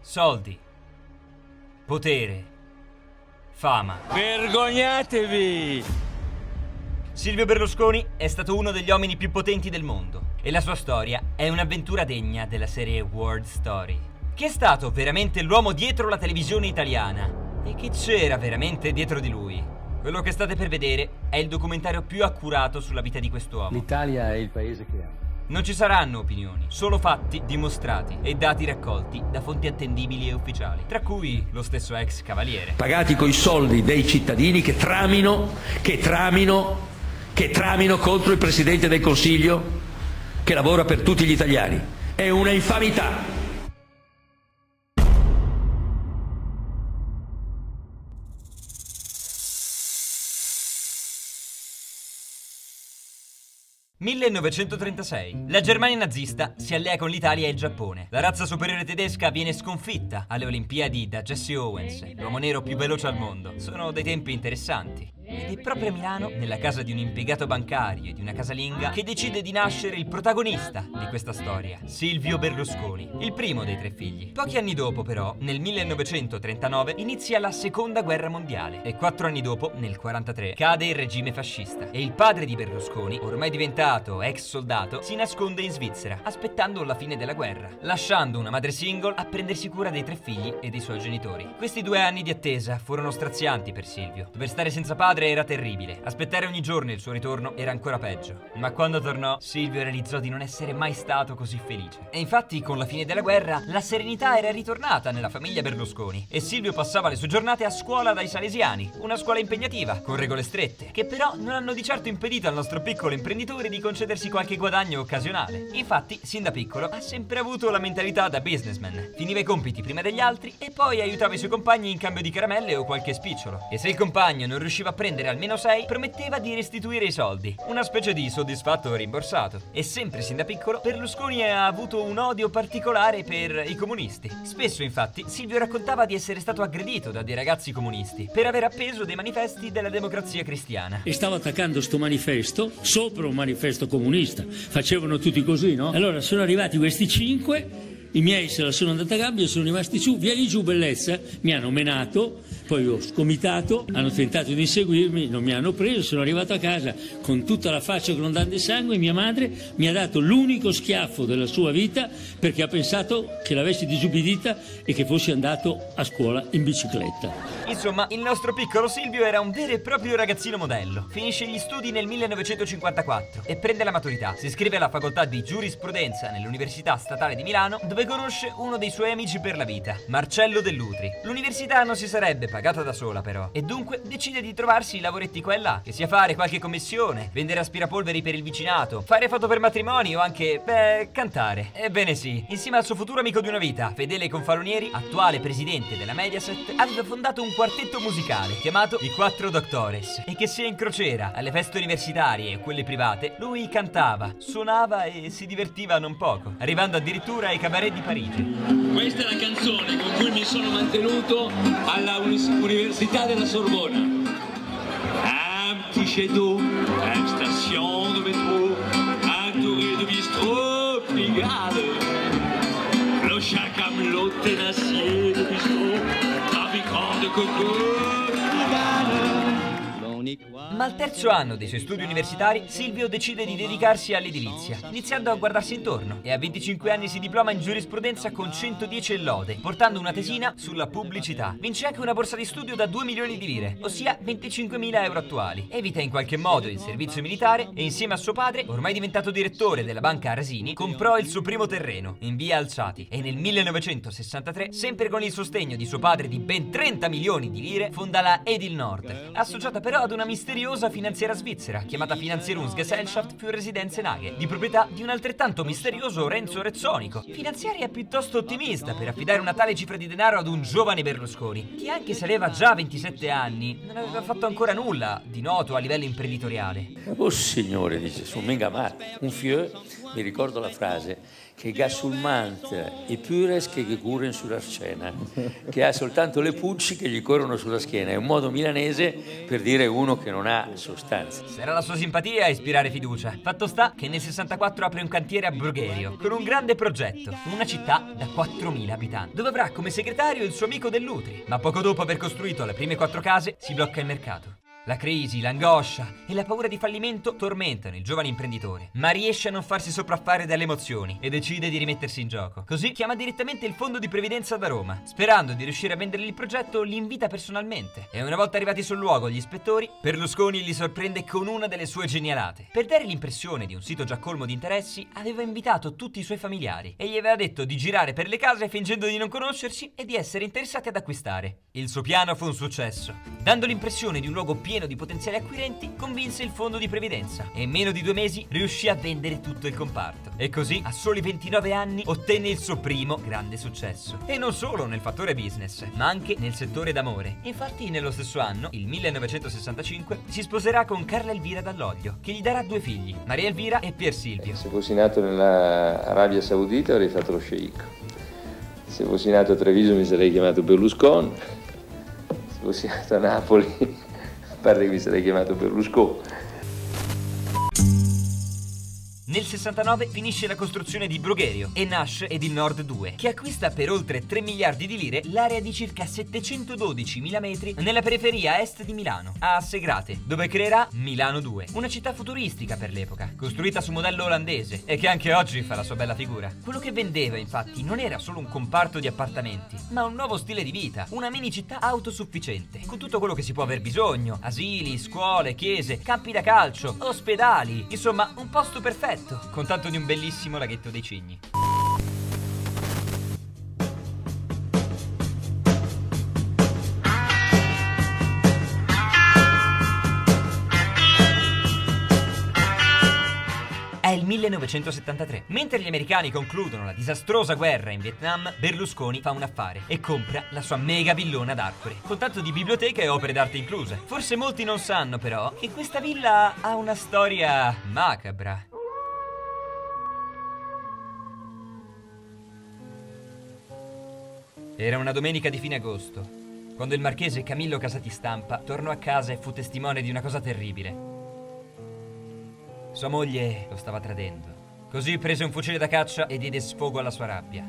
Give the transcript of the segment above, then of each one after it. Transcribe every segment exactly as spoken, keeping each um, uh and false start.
Soldi, potere, fama. Vergognatevi! Silvio Berlusconi è stato uno degli uomini più potenti del mondo e la sua storia è un'avventura degna della serie World Story. Chi è stato veramente l'uomo dietro la televisione italiana? E chi c'era veramente dietro di lui? Quello che state per vedere è il documentario più accurato sulla vita di quest'uomo. L'Italia è il paese che amo. Non ci saranno opinioni, solo fatti dimostrati e dati raccolti da fonti attendibili e ufficiali, tra cui lo stesso ex cavaliere. Pagati coi soldi dei cittadini che tramino, che tramino, che tramino contro il Presidente del Consiglio che lavora per tutti gli italiani. È una infamità. millenovecentotrentasei. La Germania nazista si allea con l'Italia e il Giappone. La razza superiore tedesca viene sconfitta alle Olimpiadi da Jesse Owens, l'uomo nero più veloce al mondo. Sono dei tempi interessanti. Ed è proprio a Milano, nella casa di un impiegato bancario e di una casalinga, che decide di nascere il protagonista di questa storia, Silvio Berlusconi, il primo dei tre figli. Pochi anni dopo, però, nel millenovecentotrentanove, inizia la seconda guerra mondiale e quattro anni dopo, nel quarantatré, cade il regime fascista e il padre di Berlusconi, ormai diventato ex soldato, si nasconde in Svizzera, aspettando la fine della guerra, lasciando una madre single a prendersi cura dei tre figli e dei suoi genitori. Questi due anni di attesa furono strazianti per Silvio. Dover stare senza padre era terribile. Aspettare ogni giorno il suo ritorno era ancora peggio. Ma quando tornò, Silvio realizzò di non essere mai stato così felice. E infatti, con la fine della guerra, la serenità era ritornata nella famiglia Berlusconi e Silvio passava le sue giornate a scuola dai Salesiani, una scuola impegnativa, con regole strette, che però non hanno di certo impedito al nostro piccolo imprenditore di concedersi qualche guadagno occasionale. Infatti, sin da piccolo, ha sempre avuto la mentalità da businessman. Finiva i compiti prima degli altri e poi aiutava i suoi compagni in cambio di caramelle o qualche spicciolo. E se il compagno non riusciva a prendere almeno sei, prometteva di restituire i soldi, una specie di soddisfatto rimborsato. E sempre sin da piccolo Berlusconi ha avuto un odio particolare per i comunisti. Spesso infatti Silvio raccontava di essere stato aggredito da dei ragazzi comunisti per aver appeso dei manifesti della Democrazia Cristiana. E stavo attaccando sto manifesto sopra un manifesto comunista, facevano tutti così, no? Allora sono arrivati questi cinque, i miei se la sono andata a gambia, sono rimasti su, vieni giù bellezza, mi hanno menato, poi ho scomitato, hanno tentato di inseguirmi, non mi hanno preso, sono arrivato a casa con tutta la faccia grondante sangue, mia madre mi ha dato l'unico schiaffo della sua vita perché ha pensato che l'avessi disubbidita e che fossi andato a scuola in bicicletta. Insomma, il nostro piccolo Silvio era un vero e proprio ragazzino modello. Finisce gli studi nel millenovecentocinquantaquattro e prende la maturità. Si iscrive alla facoltà di giurisprudenza nell'Università Statale di Milano, dove conosce uno dei suoi amici per la vita, Marcello Dell'Utri. L'università non si sarebbe pagata da sola però, e dunque decide di trovarsi lavoretti qua e là, che sia fare qualche commissione, vendere aspirapolveri per il vicinato, fare foto per matrimoni o anche, beh, cantare. Ebbene sì, insieme al suo futuro amico di una vita, Fedele Confalonieri, attuale presidente della Mediaset, aveva fondato un quartetto musicale chiamato I Quattro Doctores, e che sia in crociera, alle feste universitarie e quelle private, lui cantava, suonava e si divertiva non poco, arrivando addirittura ai cabaret di Parigi. Questa è la canzone con cui mi sono mantenuto alla Università della Sorbona. Un petit chez d'eau, une station de métro, entouré de bistrots, brigade, clochard camelote d'acier de bistrot, trafiquant de coco, brigade. Ma al terzo anno dei suoi studi universitari, Silvio decide di dedicarsi all'edilizia, iniziando a guardarsi intorno, e a venticinque anni si diploma in giurisprudenza con centodieci e lode, portando una tesina sulla pubblicità. Vince anche una borsa di studio da due milioni di lire, ossia venticinquemila euro attuali. Evita in qualche modo il servizio militare e insieme a suo padre, ormai diventato direttore della banca Arasini, comprò il suo primo terreno in via Alciati e nel millenovecentosessantatré, sempre con il sostegno di suo padre di ben trenta milioni di lire, fonda la Edil Nord, associata però ad una misteriosa finanziera svizzera chiamata Finanzierungsgesellschaft für Residenzenage, di proprietà di un altrettanto misterioso Renzo Rezzonico. Finanziaria piuttosto ottimista per affidare una tale cifra di denaro ad un giovane Berlusconi, che anche se aveva già ventisette anni, non aveva fatto ancora nulla di noto a livello imprenditoriale. Oh signore, dice, sono mega male. Un fieu, mi ricordo la frase, che Gasulmant e Pures che curen sulla scena, che ha soltanto le pulci che gli corrono sulla schiena. È un modo milanese per dire uno che non ha sostanza. Sarà la sua simpatia a ispirare fiducia. Fatto sta che nel sessantaquattro apre un cantiere a Brugherio con un grande progetto, una città da quattromila abitanti, dove avrà come segretario il suo amico Dell'Utri. Ma poco dopo aver costruito le prime quattro case si blocca il mercato. La crisi, l'angoscia e la paura di fallimento tormentano il giovane imprenditore, ma riesce a non farsi sopraffare dalle emozioni e decide di rimettersi in gioco. Così chiama direttamente il fondo di previdenza da Roma. Sperando di riuscire a vendergli il progetto, li invita personalmente. E una volta arrivati sul luogo gli ispettori, Berlusconi li sorprende con una delle sue genialate. Per dare l'impressione di un sito già colmo di interessi, aveva invitato tutti i suoi familiari e gli aveva detto di girare per le case fingendo di non conoscersi e di essere interessati ad acquistare. Il suo piano fu un successo. Dando l'impressione di un luogo pieno di potenziali acquirenti, convinse il fondo di previdenza e in meno di due mesi riuscì a vendere tutto il comparto. E così, a soli ventinove anni, ottenne il suo primo grande successo. E non solo nel fattore business, ma anche nel settore d'amore. Infatti, nello stesso anno, il millenovecentosessantacinque, si sposerà con Carla Elvira Dall'Oglio, che gli darà due figli, Maria Elvira e Pier Silvio. Se fossi nato nella Arabia Saudita avrei fatto lo sceicco. Se fossi nato a Treviso mi sarei chiamato Berlusconi. Se fossi nato a Napoli pare che mi sarei chiamato Berlusconi. Nel sessantanove finisce la costruzione di Brugherio e nasce Edilnord due, che acquista per oltre tre miliardi di lire l'area di circa settecentododicimila metri nella periferia est di Milano, a Segrate, dove creerà Milano due, una città futuristica per l'epoca, costruita su modello olandese e che anche oggi fa la sua bella figura. Quello che vendeva, infatti, non era solo un comparto di appartamenti, ma un nuovo stile di vita, una mini città autosufficiente, con tutto quello che si può aver bisogno: asili, scuole, chiese, campi da calcio, ospedali, insomma un posto perfetto, con tanto di un bellissimo laghetto dei Cigni. È il millenovecentosettantatré. Mentre gli americani concludono la disastrosa guerra in Vietnam, Berlusconi fa un affare e compra la sua mega villona ad Arcore, con tanto di biblioteche e opere d'arte incluse. Forse molti non sanno però che questa villa ha una storia macabra. Era una domenica di fine agosto, quando il marchese Camillo Casatistampa tornò a casa e fu testimone di una cosa terribile. Sua moglie lo stava tradendo. Così prese un fucile da caccia e diede sfogo alla sua rabbia.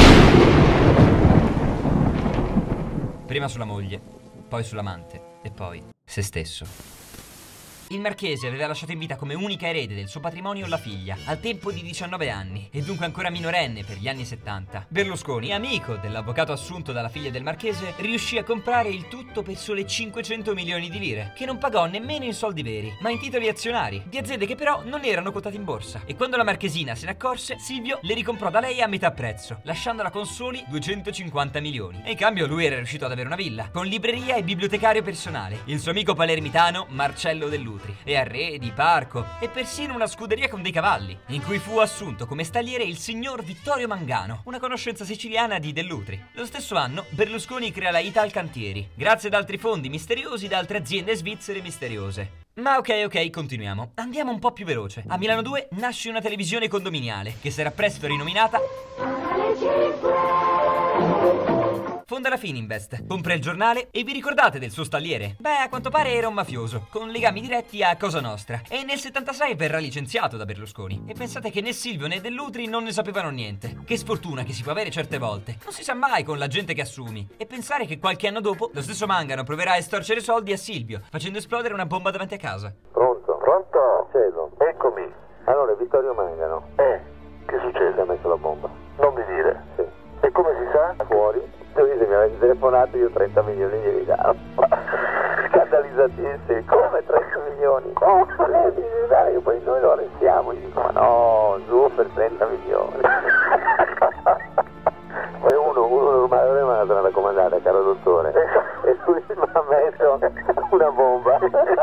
Prima sulla moglie, poi sull'amante e poi se stesso. Il marchese aveva lasciato in vita come unica erede del suo patrimonio la figlia, al tempo di diciannove anni, e dunque ancora minorenne per gli anni settanta. Berlusconi, amico dell'avvocato assunto dalla figlia del marchese, riuscì a comprare il tutto per sole cinquecento milioni di lire, che non pagò nemmeno in soldi veri, ma in titoli azionari, di aziende che però non erano quotate in borsa. E quando la marchesina se ne accorse, Silvio le ricomprò da lei a metà prezzo, lasciandola con soli duecentocinquanta milioni. E in cambio lui era riuscito ad avere una villa, con libreria e bibliotecario personale, il suo amico palermitano Marcello Dell'Utri, e arredi, parco e persino una scuderia con dei cavalli, in cui fu assunto come stalliere il signor Vittorio Mangano, una conoscenza siciliana di Dell'Utri. Lo stesso anno Berlusconi crea la Italcantieri, grazie ad altri fondi misteriosi da altre aziende svizzere misteriose. Ma ok, ok, continuiamo. Andiamo un po' più veloce. A Milano due nasce una televisione condominiale, che sarà presto rinominata fonda la Fininvest, compra il giornale e vi ricordate del suo stalliere? Beh, a quanto pare era un mafioso, con legami diretti a Cosa Nostra, e nel settantasei verrà licenziato da Berlusconi. E pensate che né Silvio né Dell'Utri non ne sapevano niente. Che sfortuna che si può avere certe volte. Non si sa mai con la gente che assumi. E pensare che qualche anno dopo lo stesso Mangano proverà a estorcere soldi a Silvio, facendo esplodere una bomba davanti a casa. Pronto? Pronto? Cielo, eccomi. Allora, Vittorio Mangano. Eh, che succede? Ha messo la bomba. Non mi dire. Sì. E come si sa? Fuori. Se mi avete telefonato io trenta milioni glieli davo. Scandalizzatissimi. Come trenta milioni? Oh, lei mi deve dare che poi noi lo arrestiamo. Gli dico, ma no, giù per trenta milioni. Poi uno, uno normale non è mandato una raccomandata, caro dottore. E lui mi ha messo una bomba.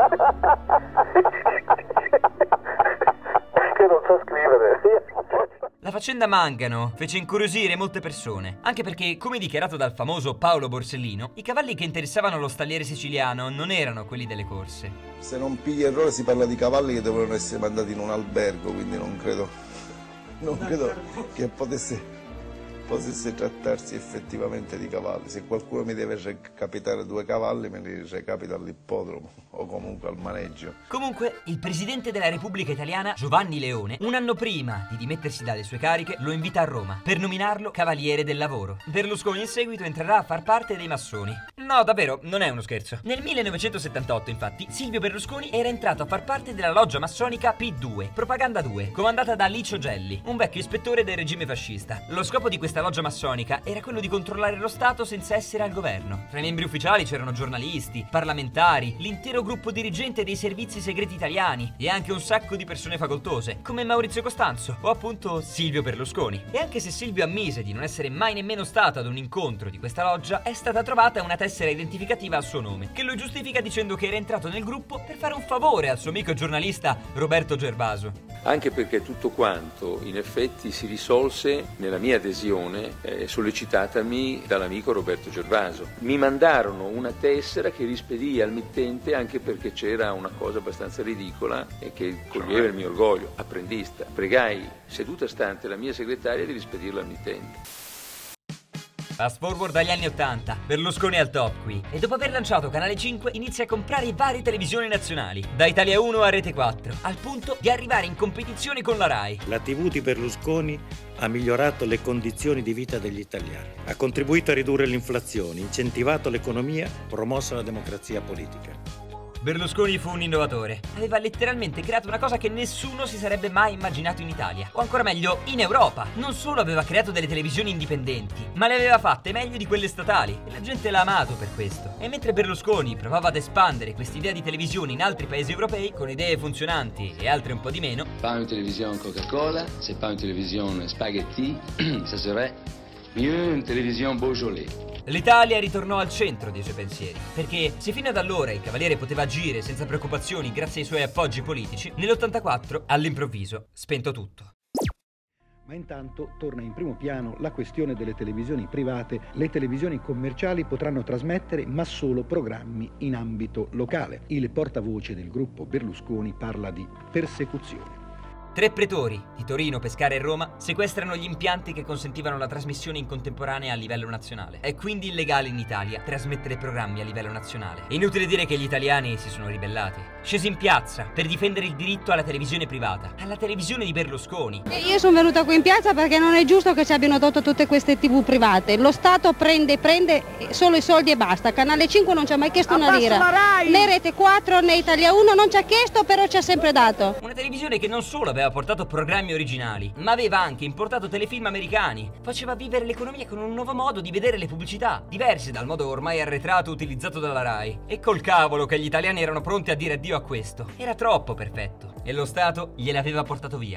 Che non so scrivere. La faccenda Mangano fece incuriosire molte persone, anche perché, come dichiarato dal famoso Paolo Borsellino, i cavalli che interessavano lo stalliere siciliano non erano quelli delle corse. Se non piglia errore si parla di cavalli che devono essere mandati in un albergo, quindi non credo non credo che potesse, potesse trattarsi effettivamente di cavalli. Se qualcuno mi deve recapitare due cavalli, me li recapita all'ippodromo o comunque al maneggio. Comunque, il presidente della Repubblica Italiana, Giovanni Leone, un anno prima di dimettersi dalle sue cariche, lo invita a Roma per nominarlo Cavaliere del Lavoro. Berlusconi in seguito entrerà a far parte dei massoni. No, davvero, non è uno scherzo. Nel millenovecentosettantotto, infatti, Silvio Berlusconi era entrato a far parte della loggia massonica P due, Propaganda due, comandata da Licio Gelli, un vecchio ispettore del regime fascista. Lo scopo di questa loggia massonica era quello di controllare lo Stato senza essere al governo. Tra i membri ufficiali c'erano giornalisti, parlamentari, l'intero gruppo dirigente dei servizi segreti italiani e anche un sacco di persone facoltose, come Maurizio Costanzo o appunto Silvio Berlusconi. E anche se Silvio ammise di non essere mai nemmeno stato ad un incontro di questa loggia, è stata trovata una tessera identificativa al suo nome, che lo giustifica dicendo che era entrato nel gruppo per fare un favore al suo amico giornalista Roberto Gervaso. Anche perché tutto quanto in effetti si risolse nella mia adesione eh, sollecitatami dall'amico Roberto Gervaso. Mi mandarono una tessera che rispedii al mittente, anche perché c'era una cosa abbastanza ridicola e che coglieva il mio orgoglio apprendista. Pregai seduta stante la mia segretaria di rispedirla al mittente. Fast forward agli anni ottanta, Berlusconi è al top qui e dopo aver lanciato Canale cinque inizia a comprare varie televisioni nazionali, da Italia uno a Rete quattro, al punto di arrivare in competizione con la Rai. La tivù di Berlusconi ha migliorato le condizioni di vita degli italiani, ha contribuito a ridurre l'inflazione, incentivato l'economia, promosso la democrazia politica. Berlusconi fu un innovatore. Aveva letteralmente creato una cosa che nessuno si sarebbe mai immaginato in Italia, o ancora meglio, in Europa. Non solo aveva creato delle televisioni indipendenti, ma le aveva fatte meglio di quelle statali, e la gente l'ha amato per questo. E mentre Berlusconi provava ad espandere quest'idea di televisione in altri paesi europei, con idee funzionanti e altre un po' di meno, pas une télévision Coca-Cola, c'est pas une télévision spaghetti, ça serait mieux une télévision Beaujolais. l'Italia ritornò al centro dei suoi pensieri, perché se fino ad allora il Cavaliere poteva agire senza preoccupazioni grazie ai suoi appoggi politici, nell'ottantaquattro, all'improvviso, spento tutto. Ma intanto torna in primo piano la questione delle televisioni private. Le televisioni commerciali potranno trasmettere ma solo programmi in ambito locale. Il portavoce del gruppo Berlusconi parla di persecuzione. Tre pretori, di Torino, Pescara e Roma, sequestrano gli impianti che consentivano la trasmissione in contemporanea a livello nazionale. È quindi illegale in Italia trasmettere programmi a livello nazionale. È inutile dire che gli italiani si sono ribellati. Scesi in piazza per difendere il diritto alla televisione privata, alla televisione di Berlusconi. Io sono venuta qui in piazza perché non è giusto che ci abbiano tolto tutte queste tivù private. Lo Stato prende, prende solo i soldi e basta. Canale cinque non ci ha mai chiesto una lira. Né Rete quattro né Italia uno non ci ha chiesto, però ci ha sempre dato. Una televisione che non solo aveva portato programmi originali, ma aveva anche importato telefilm americani. Faceva vivere l'economia con un nuovo modo di vedere le pubblicità, diverse dal modo ormai arretrato utilizzato dalla Rai. E col cavolo che gli italiani erano pronti a dire addio a questo. Era troppo perfetto e lo Stato gliel'aveva portato via.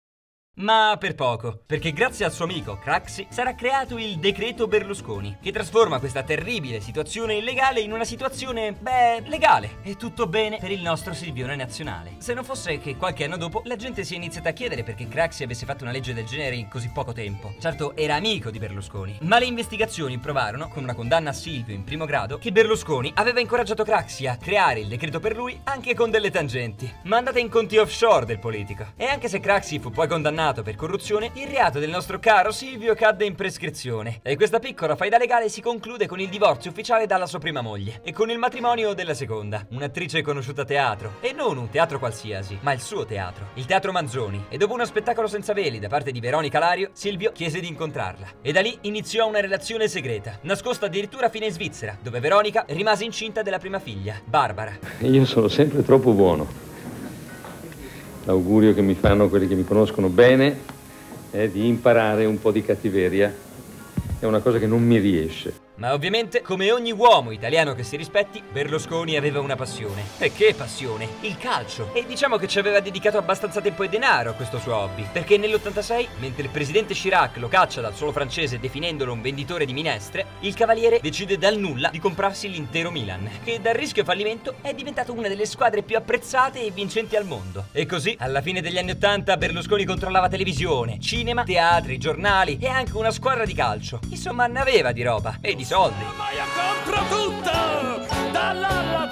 Ma per poco, perché grazie al suo amico Craxi sarà creato il decreto Berlusconi, che trasforma questa terribile situazione illegale in una situazione, beh, legale. E tutto bene per il nostro Silvione nazionale. Se non fosse che qualche anno dopo la gente si è iniziata a chiedere perché Craxi avesse fatto una legge del genere in così poco tempo. Certo, era amico di Berlusconi, ma le investigazioni provarono, con una condanna a Silvio in primo grado, che Berlusconi aveva incoraggiato Craxi a creare il decreto per lui anche con delle tangenti, mandate in conti offshore del politico. E anche se Craxi fu poi condannato per corruzione, il reato del nostro caro Silvio cadde in prescrizione e questa piccola faida legale si conclude con il divorzio ufficiale dalla sua prima moglie e con il matrimonio della seconda, un'attrice conosciuta a teatro, e non un teatro qualsiasi, ma il suo teatro, il Teatro Manzoni. E dopo uno spettacolo senza veli da parte di Veronica Lario, Silvio chiese di incontrarla e da lì iniziò una relazione segreta, nascosta addirittura fino in Svizzera, dove Veronica rimase incinta della prima figlia, Barbara. Io sono sempre troppo buono. L'augurio che mi fanno quelli che mi conoscono bene è di imparare un po' di cattiveria. È una cosa che non mi riesce. Ma ovviamente, come ogni uomo italiano che si rispetti, Berlusconi aveva una passione. E che passione? Il calcio. E diciamo che ci aveva dedicato abbastanza tempo e denaro a questo suo hobby. Perché nell'ottantasei, mentre il presidente Chirac lo caccia dal suolo francese definendolo un venditore di minestre, il Cavaliere decide dal nulla di comprarsi l'intero Milan, che dal rischio fallimento è diventato una delle squadre più apprezzate e vincenti al mondo. E così, alla fine degli anni ottanta, Berlusconi controllava televisione, cinema, teatri, giornali e anche una squadra di calcio. Insomma, ne aveva di roba e di soldi. Ma io compro tutto, dalla alla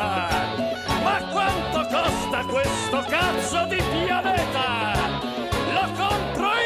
Z. Ma quanto costa questo cazzo di pianeta? Lo compro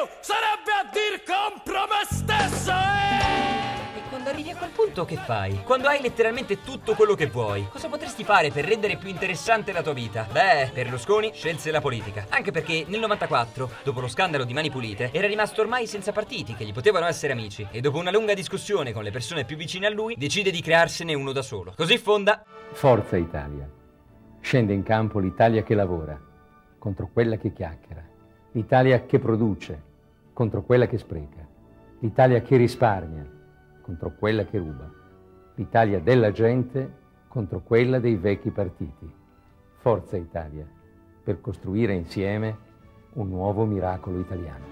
io sarebbe a dir compro me stesso, eh! Quando arrivi a quel punto che fai? Quando hai letteralmente tutto quello che vuoi, cosa potresti fare per rendere più interessante la tua vita? Beh, Berlusconi scelse la politica. Anche perché nel novantaquattro, dopo lo scandalo di Mani Pulite, era rimasto ormai senza partiti che gli potevano essere amici. E dopo una lunga discussione con le persone più vicine a lui, decide di crearsene uno da solo. Così fonda Forza Italia. Scende in campo l'Italia che lavora contro quella che chiacchiera, l'Italia che produce contro quella che spreca, l'Italia che risparmia contro quella che ruba, l'Italia della gente contro quella dei vecchi partiti. Forza Italia, per costruire insieme un nuovo miracolo italiano.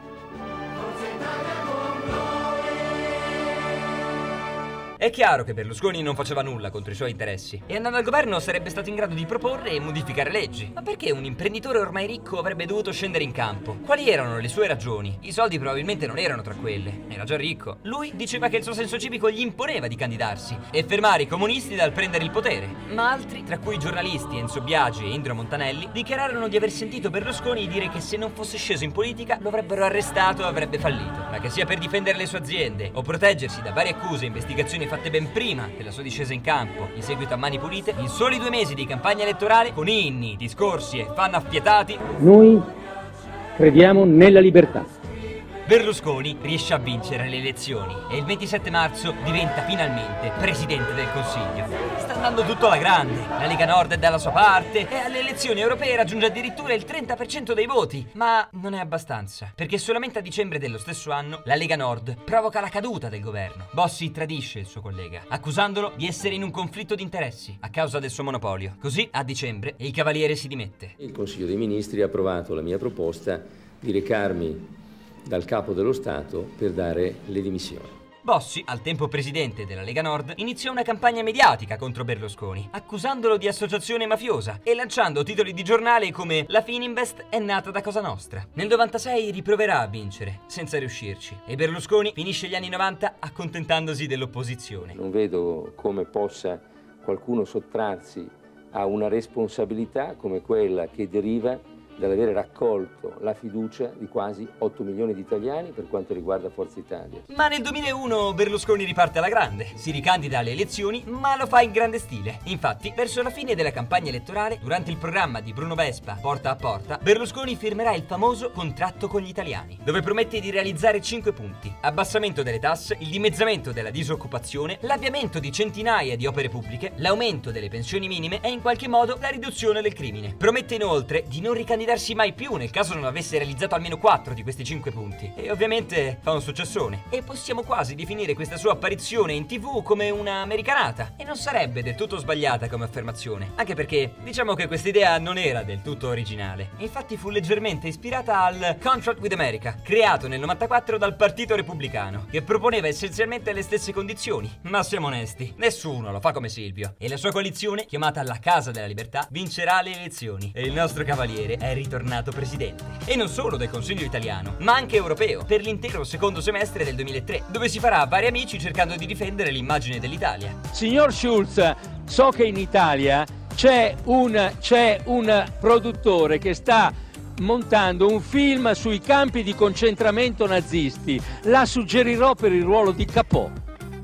È chiaro che Berlusconi non faceva nulla contro i suoi interessi e andando al governo sarebbe stato in grado di proporre e modificare leggi. Ma perché un imprenditore ormai ricco avrebbe dovuto scendere in campo? Quali erano le sue ragioni? I soldi probabilmente non erano tra quelle, era già ricco. Lui diceva che il suo senso civico gli imponeva di candidarsi e fermare i comunisti dal prendere il potere. Ma altri, tra cui i giornalisti Enzo Biagi e Indro Montanelli, dichiararono di aver sentito Berlusconi dire che se non fosse sceso in politica lo avrebbero arrestato e avrebbe fallito. Ma che sia per difendere le sue aziende o proteggersi da varie accuse e investigazioni fatte ben prima della sua discesa in campo in seguito a Mani Pulite, in soli due mesi di campagna elettorale, con inni, discorsi e fan affiatati, Noi crediamo nella libertà. Berlusconi riesce a vincere le elezioni e il ventisette marzo diventa finalmente presidente del Consiglio. Sta andando tutto alla grande, la Lega Nord è dalla sua parte e alle elezioni europee raggiunge addirittura il trenta per cento dei voti. Ma non è abbastanza, perché solamente a dicembre dello stesso anno la Lega Nord provoca la caduta del governo. Bossi tradisce il suo collega, accusandolo di essere in un conflitto di interessi a causa del suo monopolio. Così, a dicembre, il Cavaliere si dimette. Il Consiglio dei Ministri ha approvato la mia proposta di recarmi dal capo dello Stato per dare le dimissioni. Bossi, al tempo presidente della Lega Nord, iniziò una campagna mediatica contro Berlusconi, accusandolo di associazione mafiosa e lanciando titoli di giornale come "La Fininvest è nata da Cosa Nostra". Nel novantasei riproverà a vincere, senza riuscirci, e Berlusconi finisce gli anni novanta accontentandosi dell'opposizione. Non vedo come possa qualcuno sottrarsi a una responsabilità come quella che deriva dall'avere raccolto la fiducia di quasi otto milioni di italiani per quanto riguarda Forza Italia. Ma nel duemilauno Berlusconi riparte alla grande, si ricandida alle elezioni, ma lo fa in grande stile. Infatti, verso la fine della campagna elettorale, durante il programma di Bruno Vespa, Porta a Porta, Berlusconi firmerà il famoso contratto con gli italiani, dove promette di realizzare cinque punti: abbassamento delle tasse, il dimezzamento della disoccupazione, l'avviamento di centinaia di opere pubbliche, l'aumento delle pensioni minime e in qualche modo la riduzione del crimine. Promette inoltre di non ricandidarsi mai più nel caso non avesse realizzato almeno quattro di questi cinque punti. E ovviamente fa un successone. E possiamo quasi definire questa sua apparizione in tv come una americanata. E non sarebbe del tutto sbagliata come affermazione, anche perché diciamo che questa idea non era del tutto originale. Infatti fu leggermente ispirata al Contract with America, creato nel novantaquattro dal Partito Repubblicano, che proponeva essenzialmente le stesse condizioni. Ma siamo onesti, nessuno lo fa come Silvio. E la sua coalizione, chiamata la Casa della Libertà, vincerà le elezioni. E il nostro Cavaliere è ritornato presidente. E non solo del Consiglio italiano, ma anche europeo, per l'intero secondo semestre del duemilatré, dove si farà vari amici cercando di difendere l'immagine dell'Italia. Signor Schulz, so che in Italia c'è un, c'è un produttore che sta montando un film sui campi di concentramento nazisti. La suggerirò per il ruolo di Capò.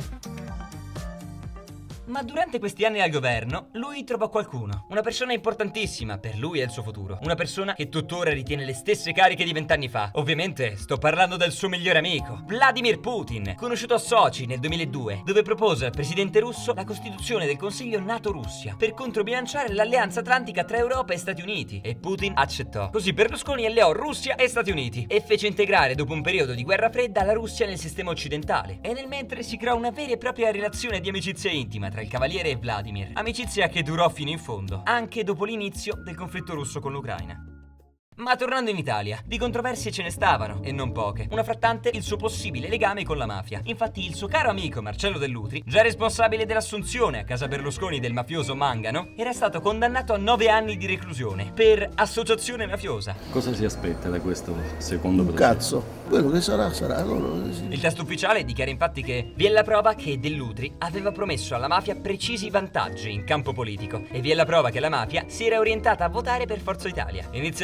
Ma durante questi anni al governo, lui trovò qualcuno, una persona importantissima per lui e il suo futuro, una persona che tuttora ritiene le stesse cariche di vent'anni fa. Ovviamente sto parlando del suo migliore amico, Vladimir Putin, conosciuto a Sochi nel duemiladue, dove propose al presidente russo la costituzione del Consiglio NATO-Russia per controbilanciare l'alleanza atlantica tra Europa e Stati Uniti, e Putin accettò. Così Berlusconi alleò Russia e Stati Uniti e fece integrare dopo un periodo di guerra fredda la Russia nel sistema occidentale, e nel mentre si creò una vera e propria relazione di amicizia intima tra il Cavaliere e Vladimir, amicizia che durò fino in fondo, anche dopo l'inizio del conflitto russo con l'Ucraina. Ma tornando in Italia, di controversie ce ne stavano, e non poche. Una frattante il suo possibile legame con la mafia. Infatti il suo caro amico Marcello Dell'Utri, già responsabile dell'assunzione a casa Berlusconi del mafioso Mangano, era stato condannato a nove anni di reclusione per associazione mafiosa. Cosa si aspetta da questo secondo Un processo? cazzo, quello che sarà sarà. Loro... Il testo ufficiale dichiara infatti che vi è la prova che Dell'Utri aveva promesso alla mafia precisi vantaggi in campo politico, e vi è la prova che la mafia si era orientata a votare per Forza Italia. Inizia dunque un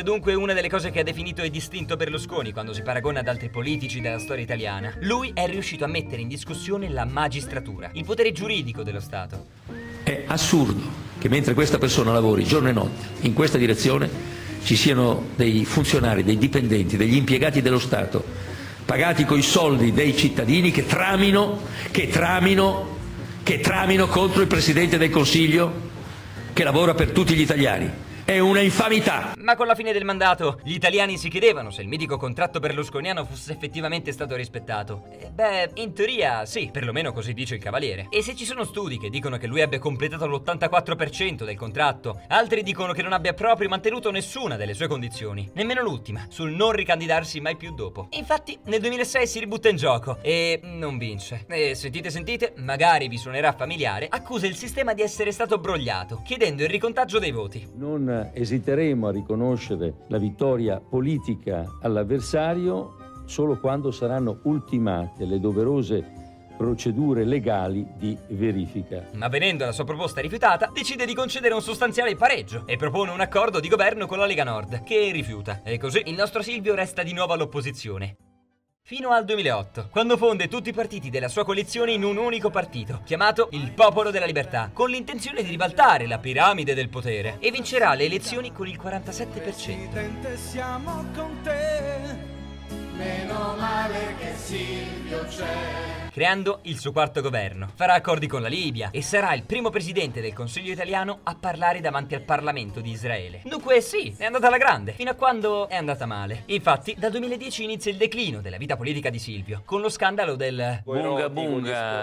una delle cose che ha definito e distinto Berlusconi quando si paragona ad altri politici della storia italiana. Lui è riuscito a mettere in discussione la magistratura, il potere giuridico dello Stato. È assurdo che mentre questa persona lavori giorno e notte in questa direzione ci siano dei funzionari, dei dipendenti, degli impiegati dello Stato pagati coi soldi dei cittadini che tramino, che tramino, che tramino contro il Presidente del Consiglio che lavora per tutti gli italiani. È una infamità. Ma con la fine del mandato gli italiani si chiedevano se il mitico contratto berlusconiano fosse effettivamente stato rispettato. E beh, in teoria sì, perlomeno così dice il Cavaliere. E se ci sono studi che dicono che lui abbia completato l'ottantaquattro per cento del contratto, altri dicono che non abbia proprio mantenuto nessuna delle sue condizioni, nemmeno l'ultima, sul non ricandidarsi mai più dopo. Infatti nel duemilasei si ributta in gioco e non vince. E sentite sentite, magari vi suonerà familiare, accusa il sistema di essere stato brogliato, chiedendo il ricontaggio dei voti. Non esiteremo a riconoscere la vittoria politica all'avversario solo quando saranno ultimate le doverose procedure legali di verifica. Ma venendo la sua proposta rifiutata, decide di concedere un sostanziale pareggio e propone un accordo di governo con la Lega Nord, che rifiuta. E così il nostro Silvio resta di nuovo all'opposizione. Fino al duemilaotto, quando fonde tutti i partiti della sua coalizione in un unico partito, chiamato il Popolo della Libertà, con l'intenzione di ribaltare la piramide del potere, e vincerà le elezioni con il quarantasette per cento. Presidente, siamo con te, meno male che Silvio c'è. Creando il suo quarto governo, farà accordi con la Libia e sarà il primo presidente del Consiglio italiano a parlare davanti al Parlamento di Israele. Dunque sì, è andata alla grande, fino a quando è andata male. Infatti, dal duemiladieci inizia il declino della vita politica di Silvio, con lo scandalo del Bunga bunga.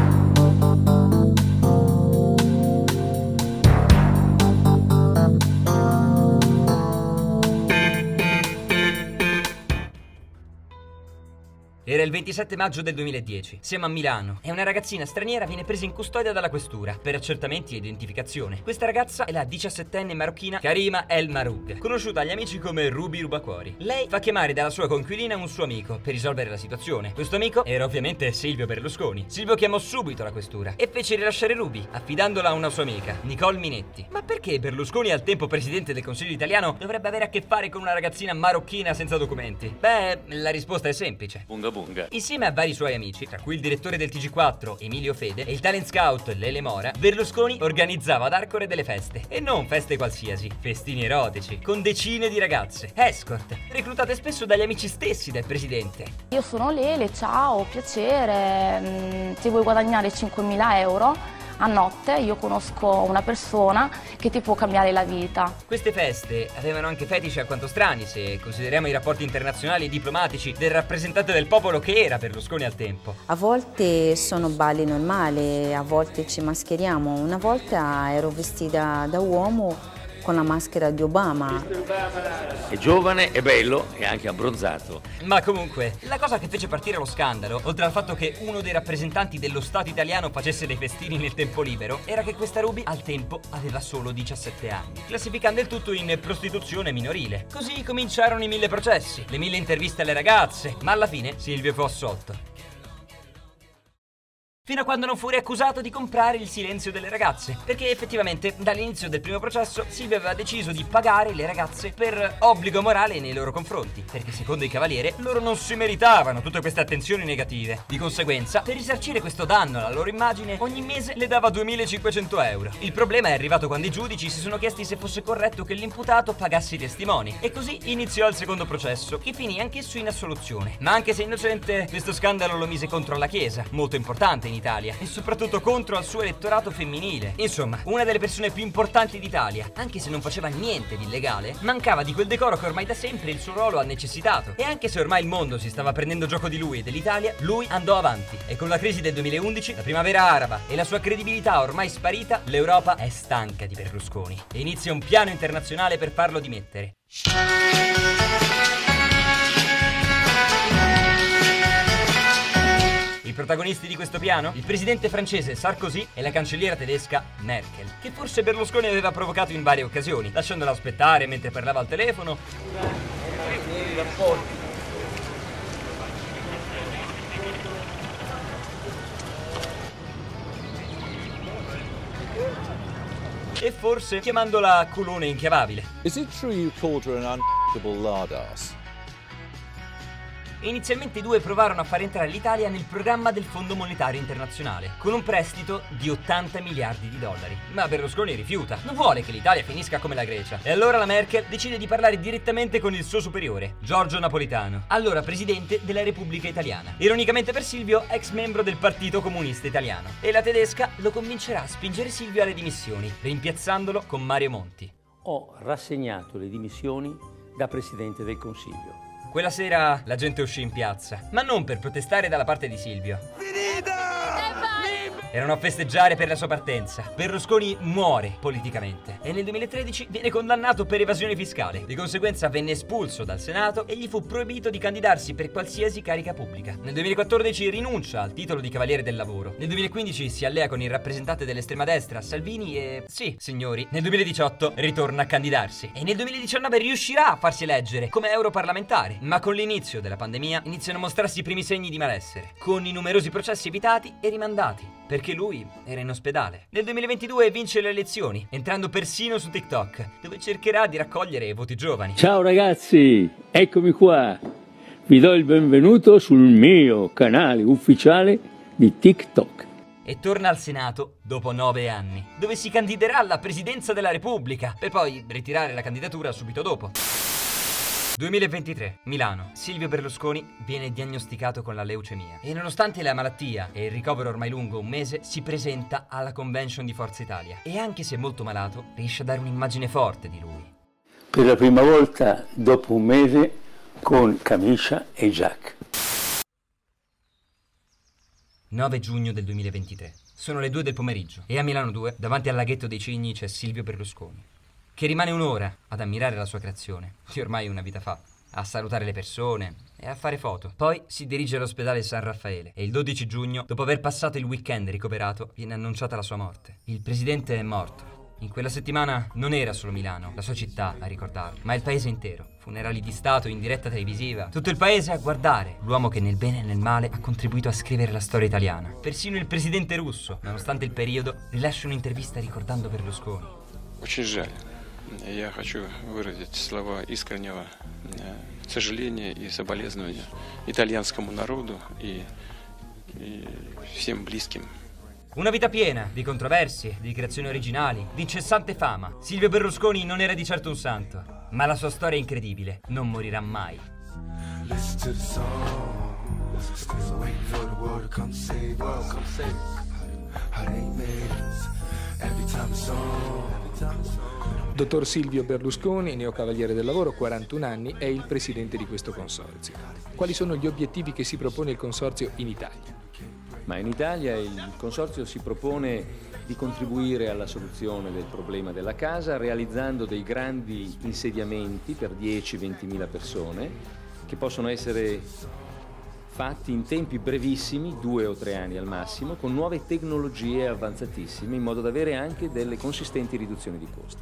Era il ventisette maggio del duemiladieci. Siamo a Milano e una ragazzina straniera viene presa in custodia dalla questura per accertamenti e identificazione. Questa ragazza è la diciassettenne marocchina Karima El Maroug, conosciuta agli amici come Ruby Rubacuori. Lei fa chiamare dalla sua coinquilina un suo amico per risolvere la situazione. Questo amico era ovviamente Silvio Berlusconi. Silvio chiamò subito la questura e fece rilasciare Ruby, affidandola a una sua amica, Nicole Minetti. Ma perché Berlusconi, al tempo presidente del Consiglio italiano, dovrebbe avere a che fare con una ragazzina marocchina senza documenti? Beh, la risposta è semplice. Bunga bunga. Insieme a vari suoi amici, tra cui il direttore del T G quattro, Emilio Fede, e il talent scout Lele Mora, Berlusconi organizzava ad Arcore delle feste. E non feste qualsiasi, festini erotici, con decine di ragazze, escort, reclutate spesso dagli amici stessi del presidente. Io sono Lele, ciao, piacere, se vuoi guadagnare cinquemila euro a notte io conosco una persona che ti può cambiare la vita. Queste feste avevano anche fetici alquanto strani se consideriamo i rapporti internazionali e diplomatici del rappresentante del popolo che era Berlusconi al tempo. A volte sono balli normali, a volte ci mascheriamo. Una volta ero vestita da uomo con la maschera di Obama. È giovane, è bello e anche abbronzato. Ma comunque, la cosa che fece partire lo scandalo, oltre al fatto che uno dei rappresentanti dello Stato italiano facesse dei festini nel tempo libero, era che questa Ruby al tempo aveva solo diciassette anni, classificando il tutto in prostituzione minorile. Così cominciarono i mille processi, le mille interviste alle ragazze, ma alla fine Silvio fu assolto. Fino a quando non fu riaccusato di comprare il silenzio delle ragazze, perché effettivamente dall'inizio del primo processo Silvio aveva deciso di pagare le ragazze per obbligo morale nei loro confronti, perché secondo il Cavaliere loro non si meritavano tutte queste attenzioni negative. Di conseguenza, per risarcire questo danno alla loro immagine, ogni mese le dava duemilacinquecento euro. Il problema è arrivato quando i giudici si sono chiesti se fosse corretto che l'imputato pagasse i testimoni, e così iniziò il secondo processo, che finì anch'esso in assoluzione. Ma anche se innocente, questo scandalo lo mise contro la Chiesa, molto importante in Italia, e soprattutto contro al suo elettorato femminile. Insomma, una delle persone più importanti d'Italia, anche se non faceva niente di illegale, mancava di quel decoro che ormai da sempre il suo ruolo ha necessitato. E anche se ormai il mondo si stava prendendo gioco di lui e dell'Italia, lui andò avanti. E con la crisi del duemilaundici, la primavera araba e la sua credibilità ormai sparita, l'Europa è stanca di Berlusconi e inizia un piano internazionale per farlo dimettere. I protagonisti di questo piano? Il presidente francese Sarkozy e la cancelliera tedesca Merkel, che forse Berlusconi aveva provocato in varie occasioni, lasciandola aspettare mentre parlava al telefono e forse chiamandola culone inchiavabile. Is it true you called her an un... lardass. Inizialmente i due provarono a far entrare l'Italia nel programma del Fondo Monetario Internazionale, con un prestito di ottanta miliardi di dollari. Ma Berlusconi rifiuta, non vuole che l'Italia finisca come la Grecia. E allora la Merkel decide di parlare direttamente con il suo superiore, Giorgio Napolitano, allora presidente della Repubblica Italiana. Ironicamente per Silvio, ex membro del Partito Comunista Italiano. E la tedesca lo convincerà a spingere Silvio alle dimissioni, rimpiazzandolo con Mario Monti. Ho rassegnato le dimissioni da Presidente del Consiglio. Quella sera la gente uscì in piazza, ma non per protestare dalla parte di Silvio. Erano a festeggiare per la sua partenza. Berlusconi muore politicamente e nel duemilatredici viene condannato per evasione fiscale. Di conseguenza venne espulso dal Senato e gli fu proibito di candidarsi per qualsiasi carica pubblica. Nel duemilaquattordici rinuncia al titolo di Cavaliere del Lavoro. Nel duemilaquindici si allea con il rappresentante dell'estrema destra, Salvini, e sì, signori, nel duemiladiciotto ritorna a candidarsi. E nel duemiladiciannove riuscirà a farsi eleggere come europarlamentare. Ma con l'inizio della pandemia iniziano a mostrarsi i primi segni di malessere, con i numerosi processi evitati e rimandati, perché lui era in ospedale. Nel duemilaventidue vince le elezioni, entrando persino su TikTok, dove cercherà di raccogliere voti giovani. Ciao ragazzi, eccomi qua. Vi do il benvenuto sul mio canale ufficiale di TikTok. E torna al Senato dopo nove anni, dove si candiderà alla presidenza della Repubblica, per poi ritirare la candidatura subito dopo. duemilaventitré, Milano. Silvio Berlusconi viene diagnosticato con la leucemia e nonostante la malattia e il ricovero ormai lungo un mese, si presenta alla convention di Forza Italia e anche se molto malato riesce a dare un'immagine forte di lui. Per la prima volta dopo un mese con camicia e giacca. nove giugno del duemilaventitré. Sono le due del pomeriggio e a Milano due, davanti al laghetto dei Cigni, c'è Silvio Berlusconi, che rimane un'ora ad ammirare la sua creazione, di ormai una vita fa, a salutare le persone e a fare foto. Poi si dirige all'ospedale San Raffaele e il dodici giugno, dopo aver passato il weekend ricoverato, viene annunciata la sua morte. Il presidente è morto. In quella settimana non era solo Milano, la sua città, a ricordarlo, ma il paese intero. Funerali di Stato in diretta televisiva, tutto il paese a guardare l'uomo che nel bene e nel male ha contribuito a scrivere la storia italiana. Persino il presidente russo, nonostante il periodo, rilascia un'intervista ricordando Berlusconi. Очень жаль. Я хочу выразить слова искреннего сожаления и соболезнования итальянскому народу и, и всем близким. Una vita piena di controversie, di creazioni originali, di incessante fama. Silvio Berlusconi non era di certo un santo, ma la sua storia incredibile non morirà mai. Dottor Silvio Berlusconi, neocavaliere del lavoro, quarantuno anni, è il presidente di questo consorzio. Quali sono gli obiettivi che si propone il consorzio in Italia? Ma in Italia il consorzio si propone di contribuire alla soluzione del problema della casa realizzando dei grandi insediamenti per dieci ventimila persone che possono essere fatti in tempi brevissimi, due o tre anni al massimo, con nuove tecnologie avanzatissime in modo da avere anche delle consistenti riduzioni di costi.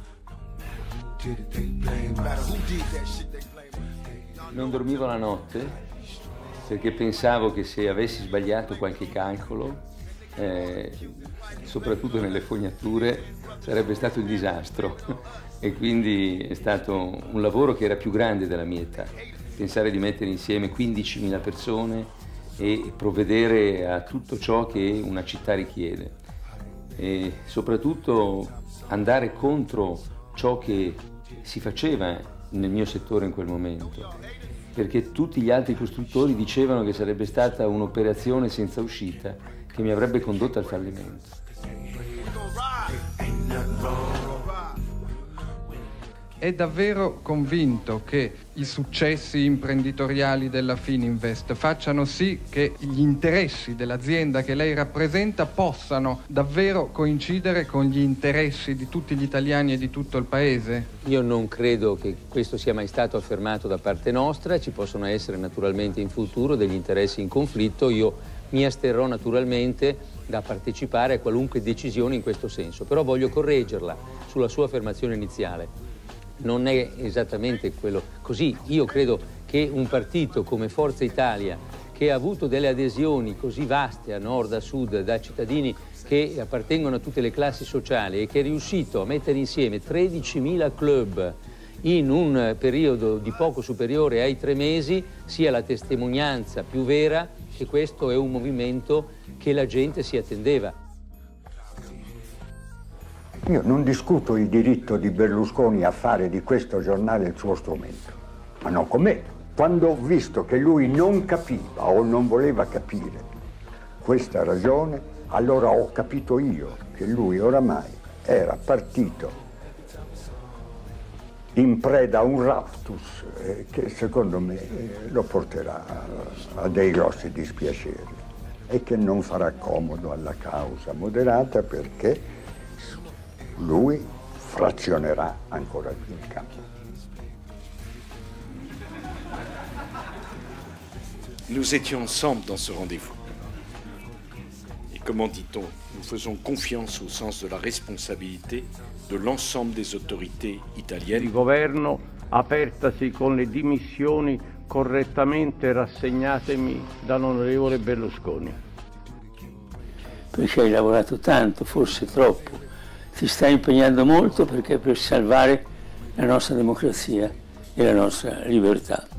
Non dormivo la notte perché pensavo che se avessi sbagliato qualche calcolo, eh, soprattutto nelle fognature, sarebbe stato il disastro. E quindi è stato un lavoro che era più grande della mia età. Pensare di mettere insieme quindicimila persone e provvedere a tutto ciò che una città richiede. E soprattutto andare contro ciò che si faceva nel mio settore in quel momento. Perché tutti gli altri costruttori dicevano che sarebbe stata un'operazione senza uscita che mi avrebbe condotto al fallimento. È davvero convinto che i successi imprenditoriali della Fininvest facciano sì che gli interessi dell'azienda che lei rappresenta possano davvero coincidere con gli interessi di tutti gli italiani e di tutto il paese? Io non credo che questo sia mai stato affermato da parte nostra, ci possono essere naturalmente in futuro degli interessi in conflitto, io mi asterrò naturalmente da partecipare a qualunque decisione in questo senso, però voglio correggerla sulla sua affermazione iniziale. Non è esattamente quello così. Io credo che un partito come Forza Italia, che ha avuto delle adesioni così vaste a nord, a sud, da cittadini che appartengono a tutte le classi sociali e che è riuscito a mettere insieme tredicimila club in un periodo di poco superiore ai tre mesi sia la testimonianza più vera che questo è un movimento che la gente si attendeva. Io non discuto il diritto di Berlusconi a fare di questo giornale il suo strumento, ma non con me. Quando ho visto che lui non capiva o non voleva capire questa ragione, allora ho capito io che lui oramai era partito in preda a un raptus eh, che secondo me eh, lo porterà a, a dei grossi dispiaceri e che non farà comodo alla causa moderata, perché lui frazionerà ancora più il campo. Nous étions ensemble dans ce rendez-vous. Et comment dit-on, nous faisons confiance au sens de la responsabilité de l'ensemble des autorités italienne. Il governo, apertasi con le dimissioni correttamente rassegnatemi dall'onorevole Berlusconi. Perché hai lavorato tanto, forse troppo, ti stai impegnando molto perché per salvare la nostra democrazia e la nostra libertà.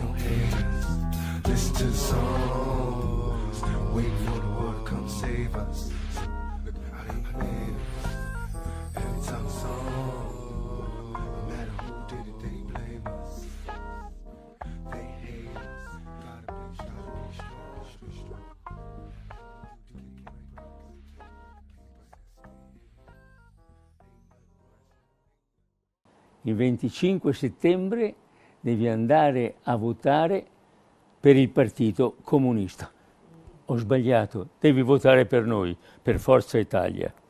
Il venticinque settembre devi andare a votare per il Partito Comunista. Ho sbagliato, devi votare per noi, per Forza Italia.